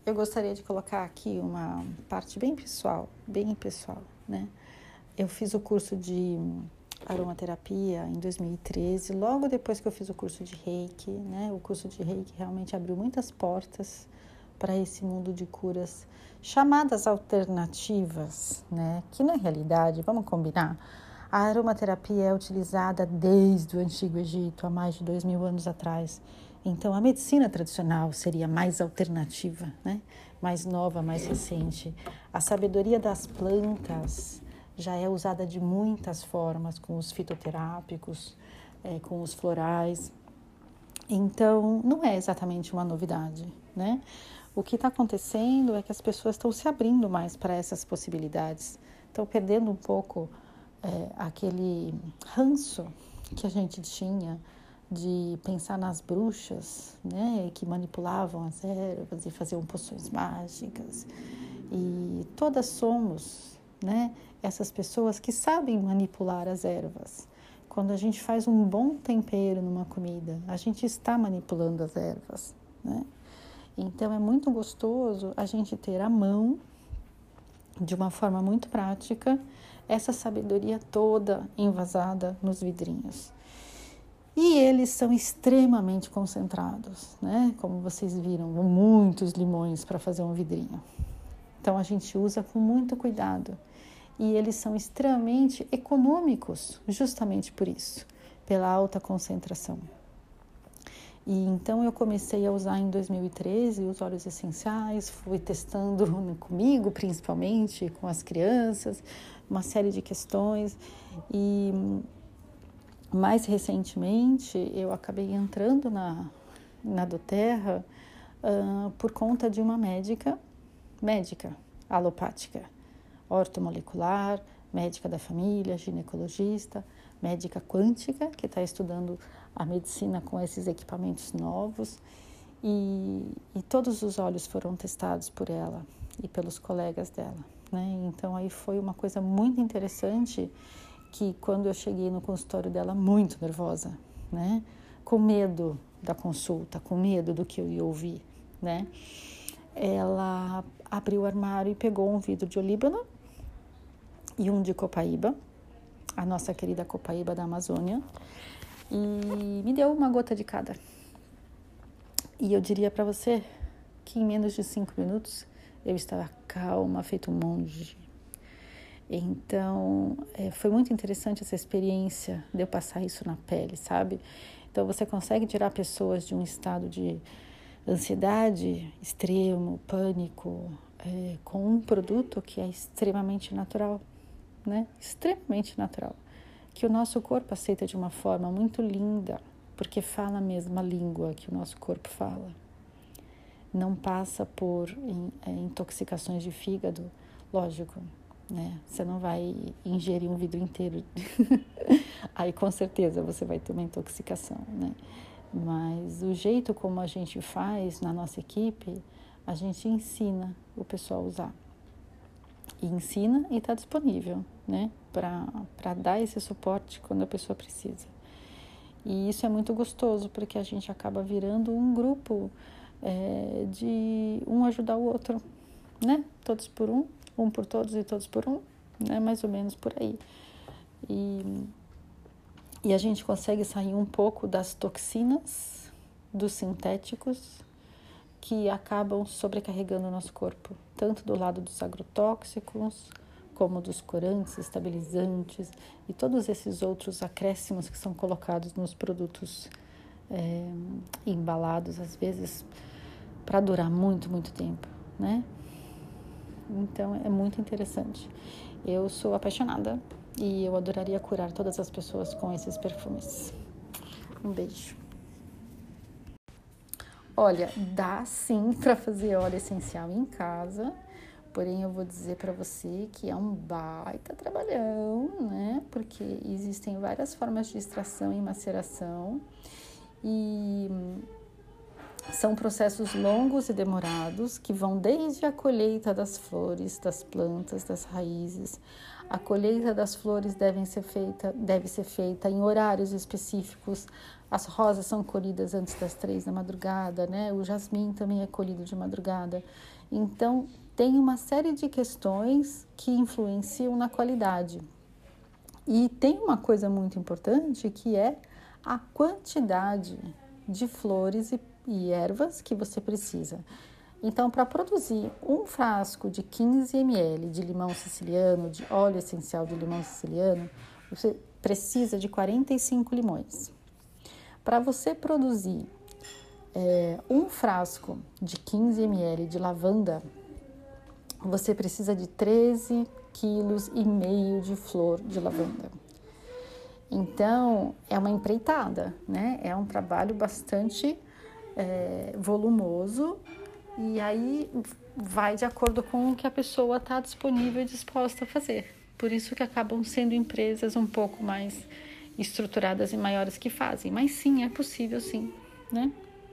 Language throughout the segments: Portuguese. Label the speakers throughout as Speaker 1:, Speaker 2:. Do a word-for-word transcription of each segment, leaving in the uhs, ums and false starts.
Speaker 1: eu gostaria de colocar aqui uma parte bem pessoal, bem pessoal, né? Eu fiz o curso de aromaterapia em dois mil e treze, logo depois que eu fiz o curso de Reiki, né? O curso de Reiki realmente abriu muitas portas para esse mundo de curas chamadas alternativas, né? Que na realidade, vamos combinar, a aromaterapia é utilizada desde o Antigo Egito, há mais de dois mil anos atrás. Então, a medicina tradicional seria mais alternativa, né? Mais nova, mais recente. A sabedoria das plantas já é usada de muitas formas, com os fitoterápicos, é, com os florais. Então, não é exatamente uma novidade, né? O que está acontecendo é que as pessoas estão se abrindo mais para essas possibilidades, estão perdendo um pouco é, aquele ranço que a gente tinha de pensar nas bruxas, né, que manipulavam as ervas e faziam poções mágicas. E todas somos, né, essas pessoas que sabem manipular as ervas. Quando a gente faz um bom tempero numa comida, a gente está manipulando as ervas, né? Então, é muito gostoso a gente ter à mão, de uma forma muito prática, essa sabedoria toda envasada nos vidrinhos. E eles são extremamente concentrados, né? Como vocês viram, muitos limões para fazer um vidrinho. Então, a gente usa com muito cuidado. E eles são extremamente econômicos, justamente por isso, pela alta concentração. E então eu comecei a usar em dois mil e treze os óleos essenciais, fui testando comigo, principalmente, com as crianças, uma série de questões. E mais recentemente eu acabei entrando na, na doTERRA uh, por conta de uma médica, médica alopática, ortomolecular, médica da família, ginecologista, médica quântica, que está estudando a medicina com esses equipamentos novos, e, e todos os óleos foram testados por ela e pelos colegas dela, né? Então, aí foi uma coisa muito interessante, que quando eu cheguei no consultório dela, muito nervosa, né? Com medo da consulta, com medo do que eu ia ouvir, né? Ela abriu o armário e pegou um vidro de olíbano e um de copaíba, a nossa querida copaíba da Amazônia, e me deu uma gota de cada. E eu diria para você que em menos de cinco minutos eu estava calma, feito um monge. Então, é, foi muito interessante essa experiência de eu passar isso na pele, sabe? Então, você consegue tirar pessoas de um estado de ansiedade extremo, pânico, é, com um produto que é extremamente natural, né? Extremamente natural, que o nosso corpo aceita de uma forma muito linda, porque fala a mesma língua que o nosso corpo fala. Não passa por intoxicações de fígado, lógico, né? Você não vai ingerir um vidro inteiro, aí com certeza você vai ter uma intoxicação, né? Mas o jeito como a gente faz na nossa equipe, a gente ensina o pessoal a usar. E ensina e está disponível, né? Para dar esse suporte quando a pessoa precisa. E isso é muito gostoso, porque a gente acaba virando um grupo é, de um ajudar o outro, né? Todos por um, um por todos e todos por um, né? Mais ou menos por aí. E, e a gente consegue sair um pouco das toxinas, dos sintéticos, que acabam sobrecarregando o nosso corpo, tanto do lado dos agrotóxicos, como dos corantes, estabilizantes e todos esses outros acréscimos que são colocados nos produtos é, embalados, às vezes, para durar muito, muito tempo, né? Então, é muito interessante. Eu sou apaixonada e eu adoraria curar todas as pessoas com esses perfumes. Um beijo. Olha, dá sim para fazer óleo essencial em casa, porém eu vou dizer para você que é um baita trabalhão, né? Porque existem várias formas de extração e maceração e são processos longos e demorados que vão desde a colheita das flores, das plantas, das raízes. A colheita das flores deve ser feita, deve ser feita em horários específicos, as rosas são colhidas antes das três da madrugada, né? O jasmim também é colhido de madrugada. Então, tem uma série de questões que influenciam na qualidade. E tem uma coisa muito importante que é a quantidade de flores e, e ervas que você precisa. Então, para produzir um frasco de quinze mililitros de limão siciliano, de óleo essencial de limão siciliano, você precisa de quarenta e cinco limões. Para você produzir é, um frasco de quinze mililitros de lavanda, você precisa de treze quilos e meio de flor de lavanda. Então, é uma empreitada, né? É um trabalho bastante é, volumoso e aí vai de acordo com o que a pessoa está disponível e disposta a fazer. Por isso que acabam sendo empresas um pouco mais estruturadas e maiores que fazem. Mas sim, é possível sim, né?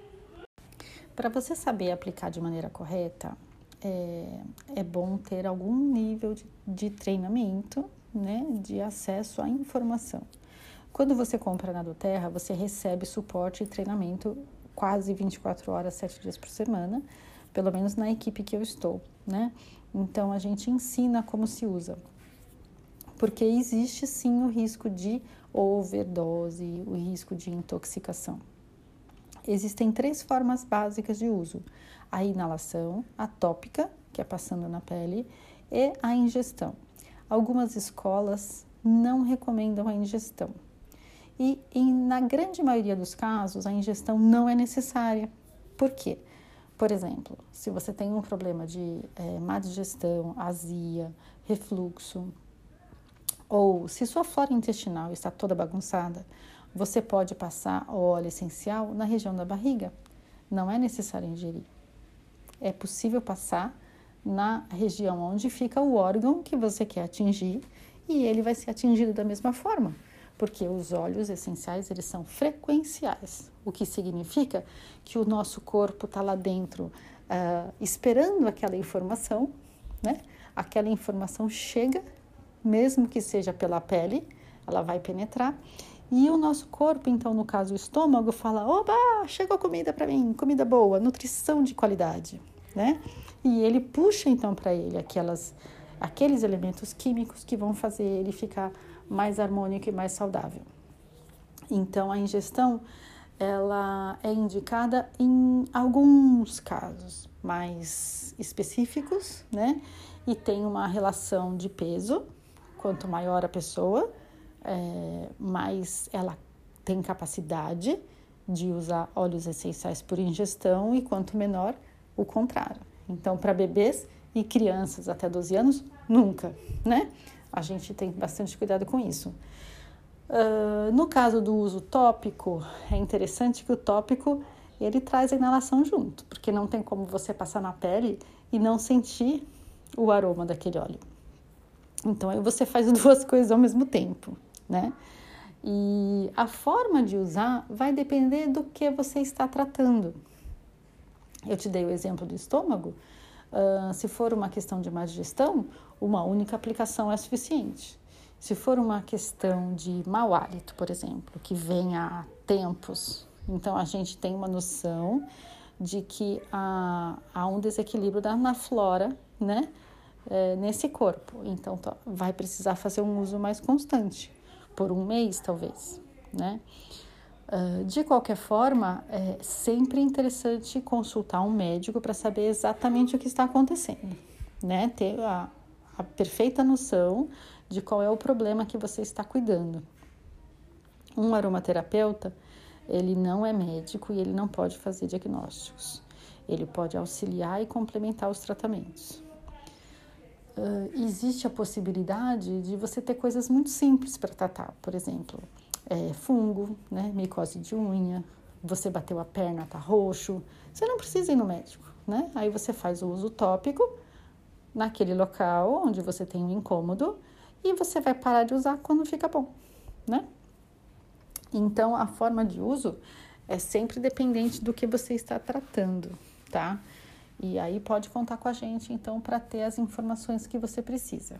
Speaker 1: Para você saber aplicar de maneira correta, é, é bom ter algum nível de, de treinamento, né? De acesso à informação. Quando você compra na doTERRA, você recebe suporte e treinamento quase vinte e quatro horas, sete dias por semana, pelo menos na equipe que eu estou, né? Então, a gente ensina como se usa. Porque existe sim o risco de overdose, o risco de intoxicação. Existem três formas básicas de uso: a inalação, a tópica, que é passando na pele, e a ingestão. Algumas escolas não recomendam a ingestão. E, e na grande maioria dos casos, a ingestão não é necessária. Por quê? Por exemplo, se você tem um problema de é, má digestão, azia, refluxo, ou se sua flora intestinal está toda bagunçada, você pode passar óleo essencial na região da barriga. Não é necessário ingerir. É possível passar na região onde fica o órgão que você quer atingir e ele vai ser atingido da mesma forma, porque os óleos essenciais, eles são frequenciais, o que significa que o nosso corpo está lá dentro uh, esperando aquela informação, né? Aquela informação chega, mesmo que seja pela pele, ela vai penetrar, e o nosso corpo, então, no caso o estômago, fala: oba, chegou comida para mim, comida boa, nutrição de qualidade, né? E ele puxa, então, para ele aquelas, aqueles elementos químicos que vão fazer ele ficar mais harmônico e mais saudável. Então, a ingestão, ela é indicada em alguns casos mais específicos, né? E tem uma relação de peso. Quanto maior a pessoa, é, mais ela tem capacidade de usar óleos essenciais por ingestão, e quanto menor, o contrário. Então, para bebês e crianças até doze anos, nunca, né? A gente tem bastante cuidado com isso. Uh, no caso do uso tópico, é interessante que o tópico, ele traz a inalação junto, porque não tem como você passar na pele e não sentir o aroma daquele óleo. Então, aí você faz duas coisas ao mesmo tempo, né? E a forma de usar vai depender do que você está tratando. Eu te dei o exemplo do estômago. Uh, se for uma questão de má digestão, uma única aplicação é suficiente. Se for uma questão de mau hálito, por exemplo, que vem há tempos, então a gente tem uma noção de que há, há um desequilíbrio da, na flora, né? É, nesse corpo, então tá, vai precisar fazer um uso mais constante, por um mês talvez, né? Uh, de qualquer forma, é sempre interessante consultar um médico para saber exatamente o que está acontecendo, né? Ter a, a perfeita noção de qual é o problema que você está cuidando. Um aromaterapeuta, ele não é médico e ele não pode fazer diagnósticos. Ele pode auxiliar e complementar os tratamentos. Uh, existe a possibilidade de você ter coisas muito simples para tratar, por exemplo, é, fungo, né, micose de unha, você bateu a perna, tá roxo, você não precisa ir no médico, né? Aí você faz o uso tópico naquele local onde você tem um incômodo e você vai parar de usar quando fica bom, né? Então, a forma de uso é sempre dependente do que você está tratando, tá? E aí pode contar com a gente, então, para ter as informações que você precisa.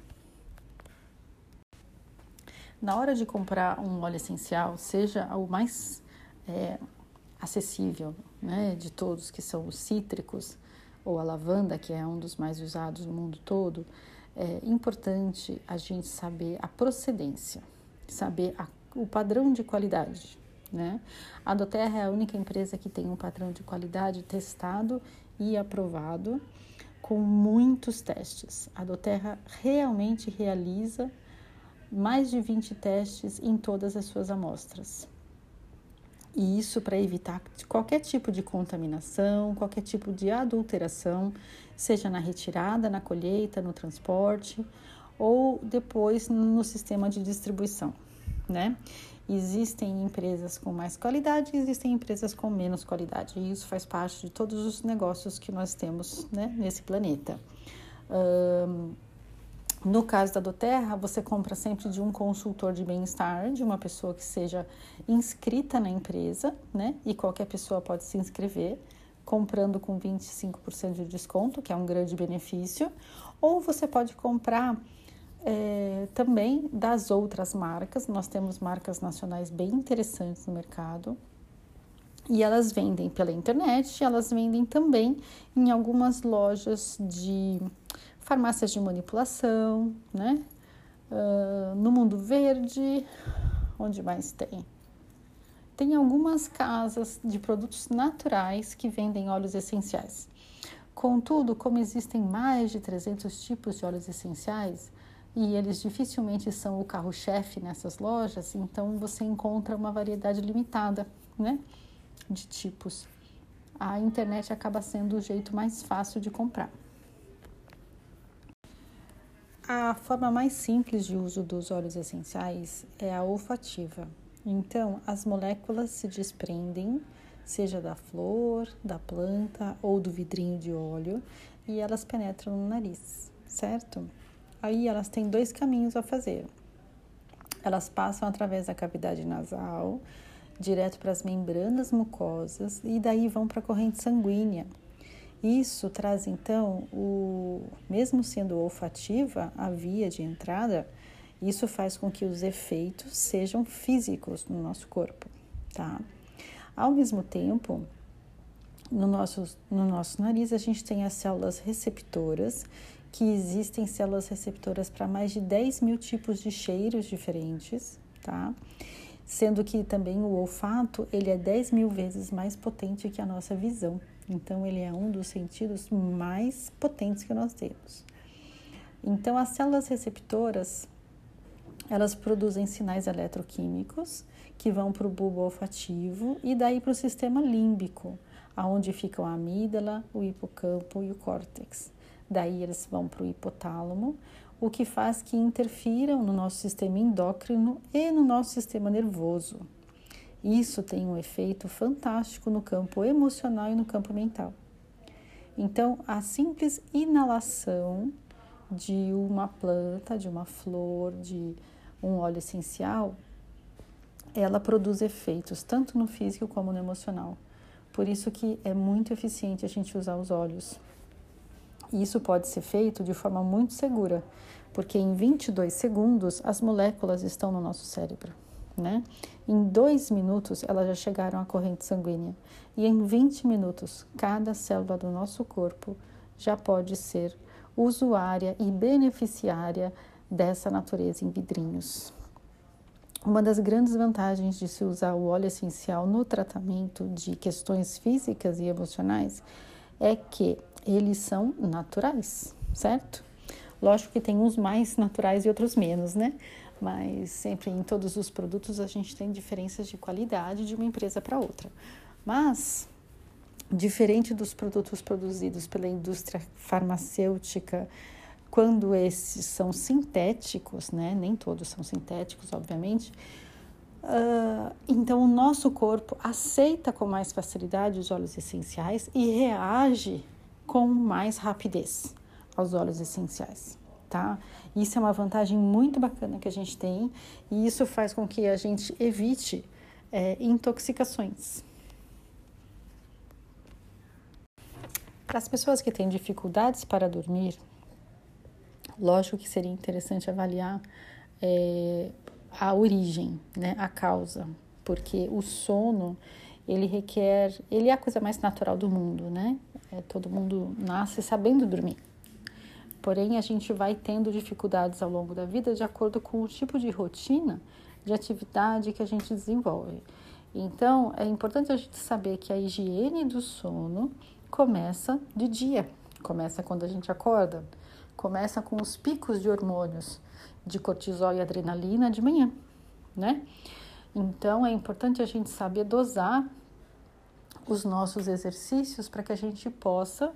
Speaker 1: Na hora de comprar um óleo essencial, seja o mais é, acessível, né, de todos, que são os cítricos, ou a lavanda, que é um dos mais usados no mundo todo, é importante a gente saber a procedência, saber a, o padrão de qualidade, né? A doTERRA é a única empresa que tem um padrão de qualidade testado e aprovado com muitos testes. A doTERRA realmente realiza mais de vinte testes em todas as suas amostras. E isso para evitar qualquer tipo de contaminação, qualquer tipo de adulteração, seja na retirada, na colheita, no transporte ou depois no sistema de distribuição, né? Existem empresas com mais qualidade e existem empresas com menos qualidade. E isso faz parte de todos os negócios que nós temos, né, nesse planeta. Um, No caso da doTERRA, você compra sempre de um consultor de bem-estar, de uma pessoa que seja inscrita na empresa, né? E qualquer pessoa pode se inscrever, comprando com vinte e cinco por cento de desconto, que é um grande benefício. Ou você pode comprar é, também das outras marcas. Nós temos marcas nacionais bem interessantes no mercado. E elas vendem pela internet, elas vendem também em algumas lojas de farmácias de manipulação, né? Uh, no Mundo Verde, onde mais tem? Tem algumas casas de produtos naturais que vendem óleos essenciais. Contudo, como existem mais de trezentos tipos de óleos essenciais, e eles dificilmente são o carro-chefe nessas lojas, então você encontra uma variedade limitada, né, de tipos. A internet acaba sendo o jeito mais fácil de comprar. A forma mais simples de uso dos óleos essenciais é a olfativa. Então, as moléculas se desprendem, seja da flor, da planta ou do vidrinho de óleo, e elas penetram no nariz, certo? Aí elas têm dois caminhos a fazer. Elas passam através da cavidade nasal, direto para as membranas mucosas e daí vão para a corrente sanguínea. Isso traz, então, o, mesmo sendo olfativa, a via de entrada, isso faz com que os efeitos sejam físicos no nosso corpo, tá? Ao mesmo tempo, no nosso, no nosso nariz, a gente tem as células receptoras, que existem células receptoras para mais de dez mil tipos de cheiros diferentes, tá? Sendo que também o olfato, ele é dez mil vezes mais potente que a nossa visão. Então, ele é um dos sentidos mais potentes que nós temos. Então, as células receptoras, elas produzem sinais eletroquímicos que vão para o bulbo olfativo e daí para o sistema límbico, onde ficam a amígdala, o hipocampo e o córtex. Daí eles vão para o hipotálamo, o que faz que interfiram no nosso sistema endócrino e no nosso sistema nervoso. Isso tem um efeito fantástico no campo emocional e no campo mental. Então, a simples inalação de uma planta, de uma flor, de um óleo essencial, ela produz efeitos tanto no físico como no emocional. Por isso que é muito eficiente a gente usar os óleos. E isso pode ser feito de forma muito segura, porque em vinte e dois segundos as moléculas estão no nosso cérebro, né? Em dois minutos elas já chegaram à corrente sanguínea e em vinte minutos cada célula do nosso corpo já pode ser usuária e beneficiária dessa natureza em vidrinhos. Uma das grandes vantagens de se usar o óleo essencial no tratamento de questões físicas e emocionais é que eles são naturais, certo? Lógico que tem uns mais naturais e outros menos, né? Mas sempre em todos os produtos a gente tem diferenças de qualidade de uma empresa para outra. Mas, diferente dos produtos produzidos pela indústria farmacêutica, quando esses são sintéticos, né? Nem todos são sintéticos, obviamente. Uh, então, o nosso corpo aceita com mais facilidade os óleos essenciais e reage com mais rapidez aos óleos essenciais, tá? Isso é uma vantagem muito bacana que a gente tem e isso faz com que a gente evite é, intoxicações. Para as pessoas que têm dificuldades para dormir, lógico que seria interessante avaliar é, a origem, né, a causa. porque o sono, ele requer, ele é a coisa mais natural do mundo, né? É, todo mundo nasce sabendo dormir. Porém, a gente vai tendo dificuldades ao longo da vida de acordo com o tipo de rotina, de atividade que a gente desenvolve. Então, é importante a gente saber que a higiene do sono começa de dia, começa quando a gente acorda, começa com os picos de hormônios de cortisol e adrenalina de manhã, né? Então, é importante a gente saber dosar os nossos exercícios para que a gente possa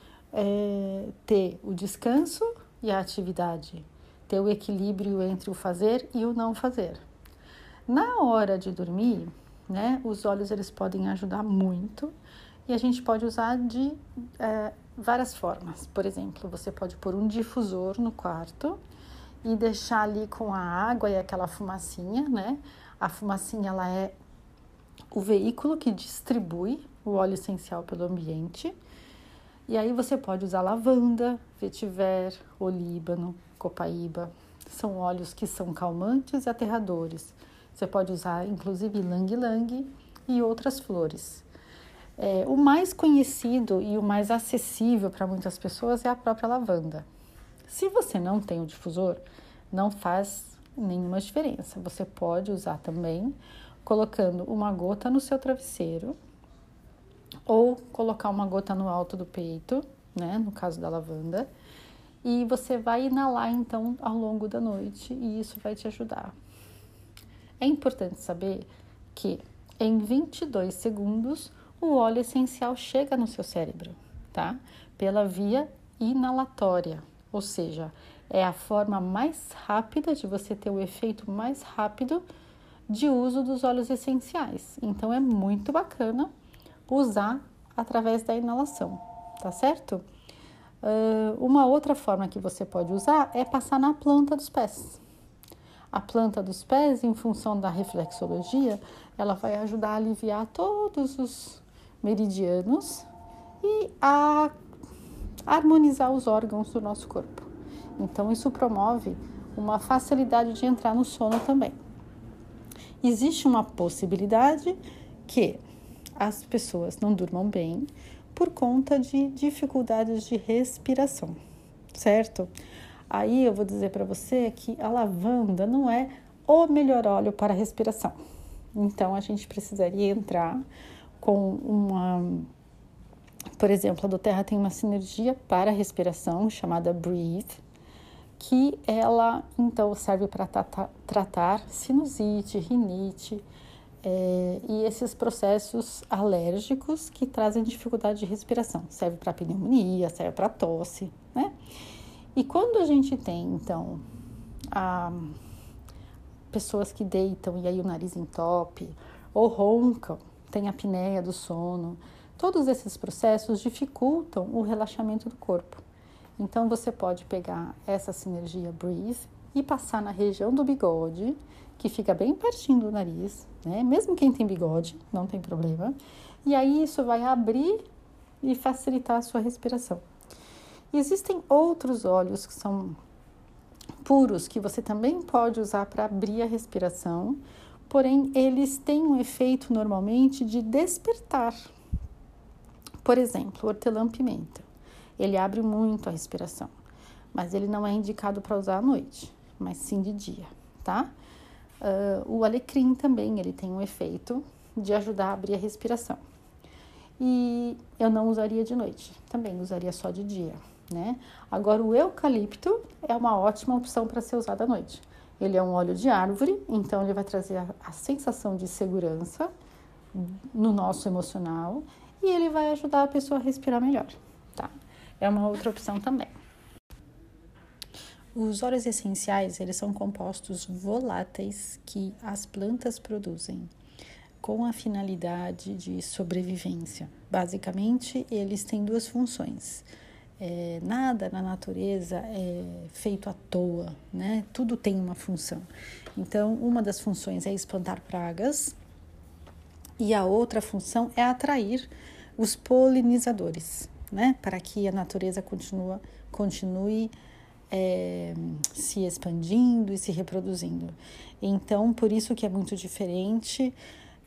Speaker 1: é, ter o descanso e a atividade, ter o equilíbrio entre o fazer e o não fazer. Na hora de dormir, né, os olhos eles podem ajudar muito e a gente pode usar de é, várias formas. Por exemplo, você pode pôr um difusor no quarto e deixar ali com a água e aquela fumacinha, né? A fumacinha, ela é o veículo que distribui o óleo essencial pelo ambiente. E aí você pode usar lavanda, vetiver, olíbano, copaíba. São óleos que são calmantes e aterradores. Você pode usar, inclusive, ylang-ylang e outras flores. É, o mais conhecido e o mais acessível para muitas pessoas é a própria lavanda. Se você não tem o difusor, não faz nenhuma diferença. Você pode usar também colocando uma gota no seu travesseiro ou colocar uma gota no alto do peito, né, no caso da lavanda, e você vai inalar então ao longo da noite e isso vai te ajudar. É importante saber que em vinte e dois segundos o óleo essencial chega no seu cérebro, tá? Pela via inalatória, ou seja, é a forma mais rápida de você ter o efeito mais rápido de uso dos óleos essenciais. Então, é muito bacana usar através da inalação, tá certo? Uh, uma outra forma que você pode usar é passar na planta dos pés. A planta dos pés, em função da reflexologia, ela vai ajudar a aliviar todos os meridianos e a harmonizar os órgãos do nosso corpo. Então, isso promove uma facilidade de entrar no sono também. Existe uma possibilidade que as pessoas não durmam bem por conta de dificuldades de respiração, certo? Aí eu vou dizer para você que a lavanda não é o melhor óleo para a respiração. Então, a gente precisaria entrar com uma... Por exemplo, a doTERRA tem uma sinergia para a respiração chamada Breathe, que ela, então, serve para tratar, tratar sinusite, rinite é, e esses processos alérgicos que trazem dificuldade de respiração. Serve para pneumonia, serve para tosse, né? E quando a gente tem, então, a, pessoas que deitam e aí o nariz entope, ou roncam, tem a apneia do sono, todos esses processos dificultam o relaxamento do corpo. Então, você pode pegar essa sinergia Breathe e passar na região do bigode, que fica bem pertinho do nariz, né? Mesmo quem tem bigode, não tem problema. E aí, isso vai abrir e facilitar a sua respiração. Existem outros óleos que são puros, que você também pode usar para abrir a respiração, porém, eles têm um efeito, normalmente, de despertar. Por exemplo, hortelã-pimenta. Ele abre muito a respiração, mas ele não é indicado para usar à noite, mas sim de dia, tá? Uh, o alecrim também, ele tem um efeito de ajudar a abrir a respiração. E eu não usaria de noite, também usaria só de dia, né? Agora, o eucalipto é uma ótima opção para ser usado à noite. Ele é um óleo de árvore, então ele vai trazer a, a sensação de segurança no nosso emocional e ele vai ajudar a pessoa a respirar melhor, tá? É uma outra opção também. Os óleos essenciais, eles são compostos voláteis que as plantas produzem com a finalidade de sobrevivência. Basicamente, eles têm duas funções. É, nada na natureza é feito à toa, né? Tudo tem uma função. Então, uma das funções é espantar pragas e a outra função é atrair os polinizadores, né? Para que a natureza continua, continue é, se expandindo e se reproduzindo. Então, por isso que é muito diferente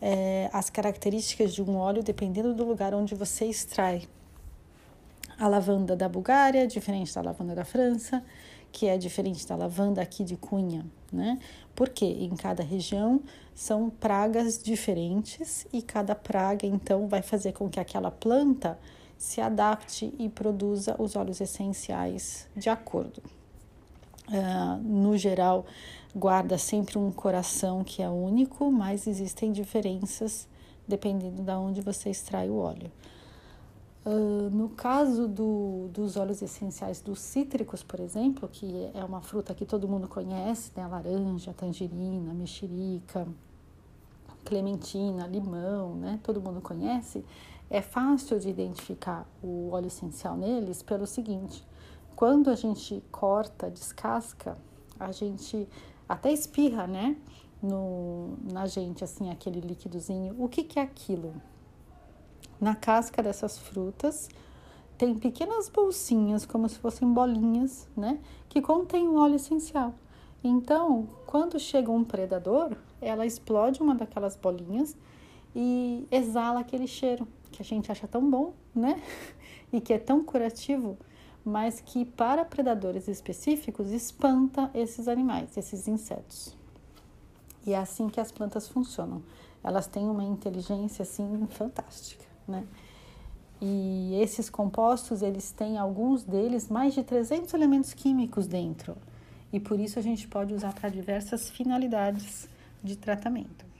Speaker 1: é, as características de um óleo dependendo do lugar onde você extrai. A lavanda da Bulgária é diferente da lavanda da França, que é diferente da lavanda aqui de Cunha, né? Porque em cada região são pragas diferentes e cada praga, então, vai fazer com que aquela planta se adapte e produza os óleos essenciais de acordo. Uh, no geral, guarda sempre um coração que é único, mas existem diferenças dependendo de onde você extrai o óleo. Uh, no caso do, dos óleos essenciais dos cítricos, por exemplo, que é uma fruta que todo mundo conhece, né? Laranja, tangerina, mexerica, clementina, limão, né? Todo mundo conhece. É fácil de identificar o óleo essencial neles pelo seguinte: quando a gente corta, descasca, a gente até espirra, né? No, na gente, assim, aquele líquidozinho. O que, que é aquilo? Na casca dessas frutas tem pequenas bolsinhas, como se fossem bolinhas, né? Que contém o óleo essencial. Então, quando chega um predador, ela explode uma daquelas bolinhas e exala aquele cheiro que a gente acha tão bom, né? E que é tão curativo, mas que para predadores específicos espanta esses animais, esses insetos. E é assim que as plantas funcionam. Elas têm uma inteligência, assim, fantástica, né? E esses compostos, eles têm, alguns deles, mais de trezentos elementos químicos dentro. E por isso a gente pode usar para diversas finalidades de tratamento.